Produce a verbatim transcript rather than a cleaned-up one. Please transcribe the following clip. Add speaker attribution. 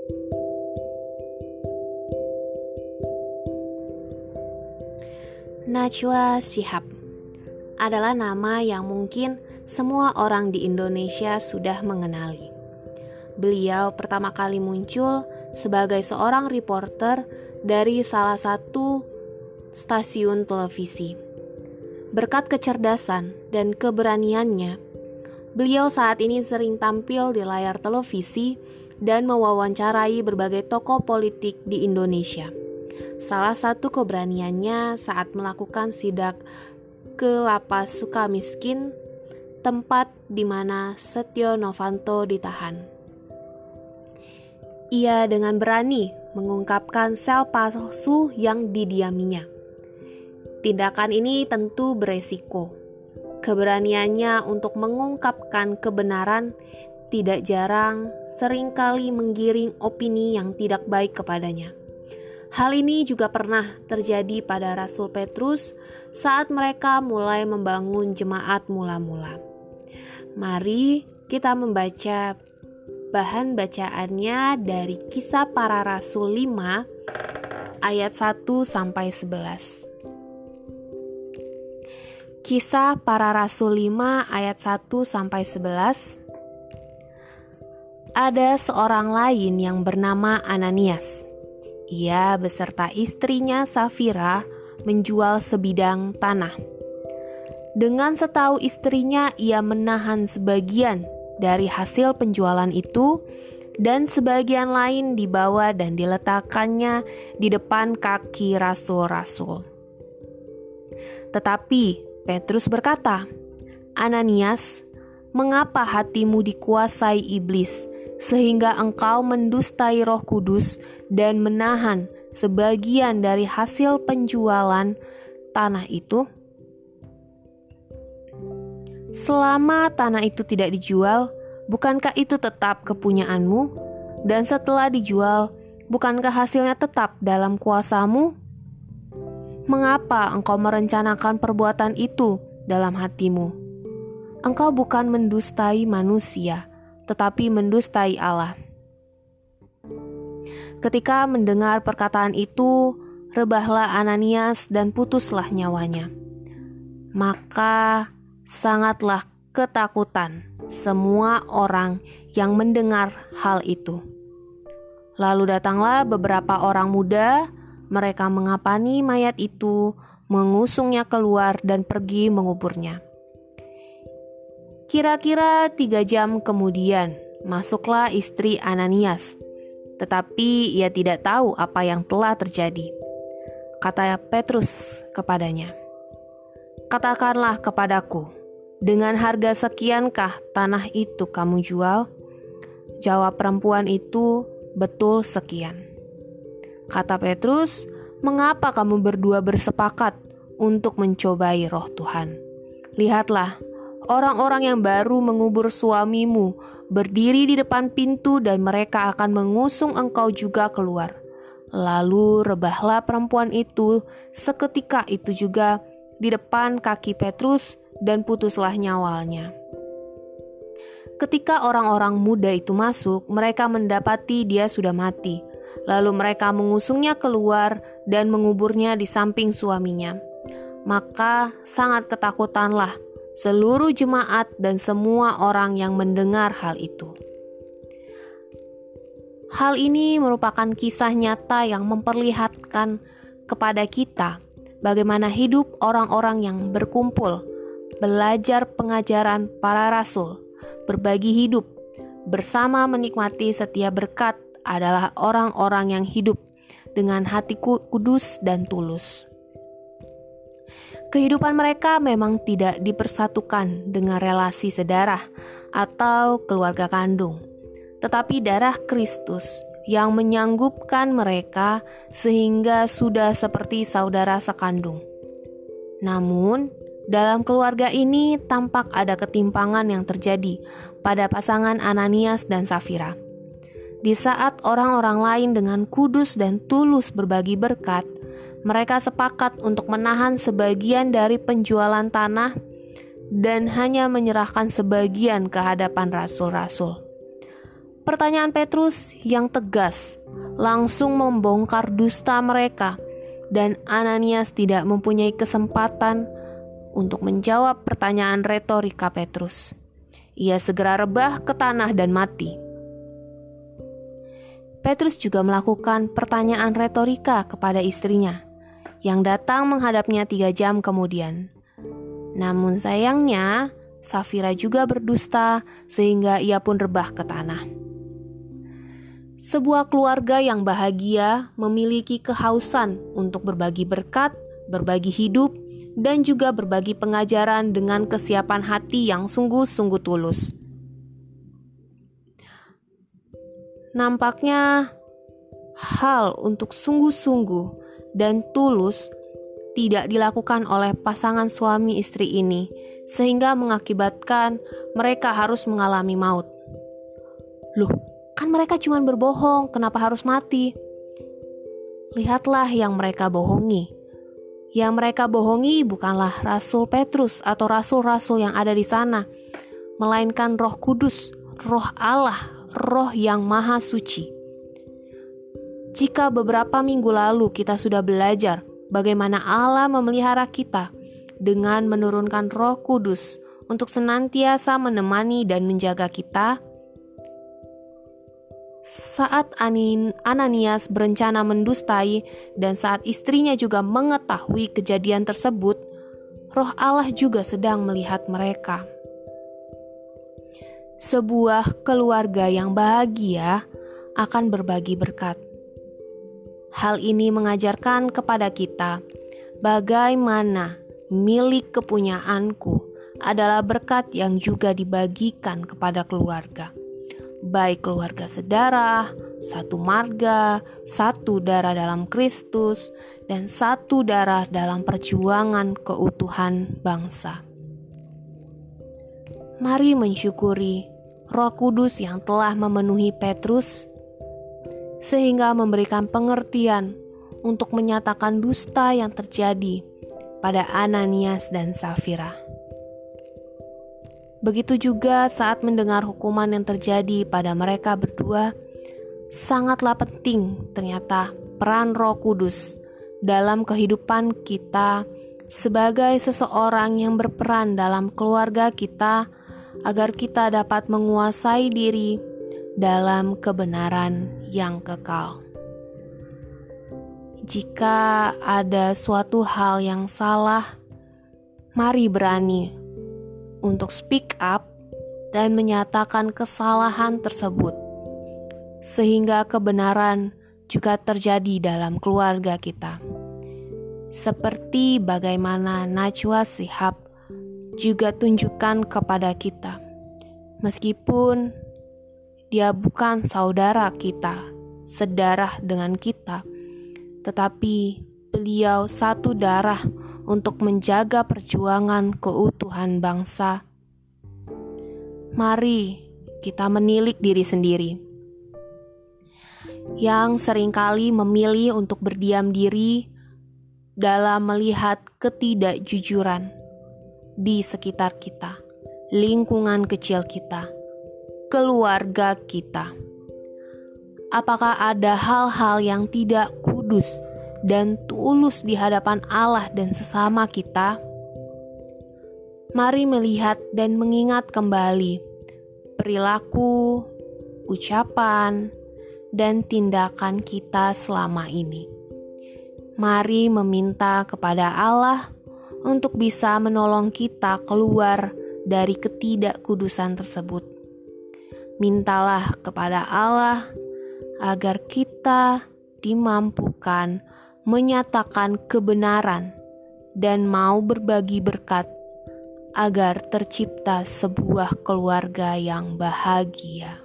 Speaker 1: Najwa Shihab adalah nama yang mungkin semua orang di Indonesia sudah mengenali. Beliau pertama kali muncul sebagai seorang reporter dari salah satu stasiun televisi. Berkat kecerdasan dan keberaniannya, beliau saat ini sering tampil di layar televisi dan mewawancarai berbagai tokoh politik di Indonesia. Salah satu keberaniannya saat melakukan sidak ke Lapas Sukamiskin, tempat di mana Setio Novanto ditahan. Ia dengan berani mengungkapkan sel palsu yang didiaminya. Tindakan ini tentu beresiko. Keberaniannya untuk mengungkapkan kebenaran tidak jarang seringkali menggiring opini yang tidak baik kepadanya. Hal ini juga pernah terjadi pada Rasul Petrus saat mereka mulai membangun jemaat mula-mula. Mari kita membaca bahan bacaannya dari Kisah Para Rasul lima ayat satu sampai sebelas. Kisah Para Rasul lima ayat satu sampai sebelas. Ada seorang lain yang bernama Ananias. Ia beserta istrinya Safira menjual sebidang tanah. Dengan setahu istrinya, ia menahan sebagian dari hasil penjualan itu dan sebagian lain dibawa dan diletakkannya di depan kaki rasul-rasul. Tetapi Petrus berkata, "Ananias, mengapa hatimu dikuasai iblis, sehingga engkau mendustai Roh Kudus dan menahan sebagian dari hasil penjualan tanah itu? Selama tanah itu tidak dijual, bukankah itu tetap kepunyaanmu? Dan setelah dijual, bukankah hasilnya tetap dalam kuasamu? Mengapa engkau merencanakan perbuatan itu dalam hatimu? Engkau bukan mendustai manusia, tetapi mendustai Allah." Ketika mendengar perkataan itu, rebahlah Ananias dan putuslah nyawanya. Maka sangatlah ketakutan semua orang yang mendengar hal itu. Lalu datanglah beberapa orang muda, mereka mengapani mayat itu, mengusungnya keluar dan pergi menguburnya. Kira-kira tiga jam kemudian, masuklah istri Ananias, tetapi ia tidak tahu apa yang telah terjadi. Kata Petrus kepadanya, "Katakanlah kepadaku, dengan harga sekiankah tanah itu kamu jual?" Jawab perempuan itu, "Betul sekian." Kata Petrus, "Mengapa kamu berdua bersepakat untuk mencobai Roh Tuhan? Lihatlah, orang-orang yang baru mengubur suamimu berdiri di depan pintu dan mereka akan mengusung engkau juga keluar." Lalu rebahlah perempuan itu seketika itu juga di depan kaki Petrus dan putuslah nyawanya. Ketika orang-orang muda itu masuk, mereka mendapati dia sudah mati. Lalu mereka mengusungnya keluar dan menguburnya di samping suaminya. Maka sangat ketakutanlah seluruh jemaat dan semua orang yang mendengar hal itu. Hal ini merupakan kisah nyata yang memperlihatkan kepada kita bagaimana hidup orang-orang yang berkumpul, belajar pengajaran para rasul, berbagi hidup, bersama menikmati setiap berkat adalah orang-orang yang hidup dengan hati kudus dan tulus. Kehidupan mereka memang tidak dipersatukan dengan relasi sedarah atau keluarga kandung, tetapi darah Kristus yang menyanggupkan mereka sehingga sudah seperti saudara sekandung. Namun, dalam keluarga ini tampak ada ketimpangan yang terjadi pada pasangan Ananias dan Safira. Di saat orang-orang lain dengan kudus dan tulus berbagi berkat, mereka sepakat untuk menahan sebagian dari penjualan tanah dan hanya menyerahkan sebagian ke hadapan rasul-rasul. Pertanyaan Petrus yang tegas langsung membongkar dusta mereka, dan Ananias tidak mempunyai kesempatan untuk menjawab pertanyaan retorika Petrus. Ia segera rebah ke tanah dan mati. Petrus juga melakukan pertanyaan retorika kepada istrinya, yang datang menghadapnya tiga jam kemudian. Namun sayangnya, Safira juga berdusta sehingga ia pun rebah ke tanah. Sebuah keluarga yang bahagia memiliki kehausan untuk berbagi berkat, berbagi hidup, dan juga berbagi pengajaran dengan kesiapan hati yang sungguh-sungguh tulus. Nampaknya hal untuk sungguh-sungguh dan tulus tidak dilakukan oleh pasangan suami istri ini, sehingga mengakibatkan mereka harus mengalami maut. Loh, kan mereka cuma berbohong, kenapa harus mati? Lihatlah yang mereka bohongi. Yang mereka bohongi bukanlah Rasul Petrus atau rasul-rasul yang ada di sana, melainkan Roh Kudus, Roh Allah, Roh yang Maha Suci. Jika beberapa minggu lalu kita sudah belajar bagaimana Allah memelihara kita dengan menurunkan Roh Kudus untuk senantiasa menemani dan menjaga kita, saat Ananias berencana mendustai dan saat istrinya juga mengetahui kejadian tersebut, Roh Allah juga sedang melihat mereka. Sebuah keluarga yang bahagia akan berbagi berkat. Hal ini mengajarkan kepada kita bagaimana milik kepunyaanku adalah berkat yang juga dibagikan kepada keluarga. Baik keluarga sedarah, satu marga, satu darah dalam Kristus, dan satu darah dalam perjuangan keutuhan bangsa. Mari mensyukuri Roh Kudus yang telah memenuhi Petrus, sehingga memberikan pengertian untuk menyatakan dusta yang terjadi pada Ananias dan Safira. Begitu juga saat mendengar hukuman yang terjadi pada mereka berdua, sangatlah penting ternyata peran Roh Kudus dalam kehidupan kita sebagai seseorang yang berperan dalam keluarga kita, agar kita dapat menguasai diri dalam kebenaran yang kekal. Jika ada suatu hal yang salah, mari berani untuk speak up dan menyatakan kesalahan tersebut, sehingga kebenaran juga terjadi dalam keluarga kita. Seperti bagaimana Najwa Shihab juga tunjukkan kepada kita, meskipun dia bukan saudara kita, sedarah dengan kita, tetapi beliau satu darah untuk menjaga perjuangan keutuhan bangsa. Mari kita menilik diri sendiri yang seringkali memilih untuk berdiam diri dalam melihat ketidakjujuran di sekitar kita, lingkungan kecil kita, keluarga kita. Apakah ada hal-hal yang tidak kudus dan tulus di hadapan Allah dan sesama kita? Mari melihat dan mengingat kembali perilaku, ucapan, dan tindakan kita selama ini. Mari meminta kepada Allah untuk bisa menolong kita keluar dari ketidakkudusan tersebut. Mintalah kepada Allah agar kita dimampukan menyatakan kebenaran dan mau berbagi berkat agar tercipta sebuah keluarga yang bahagia.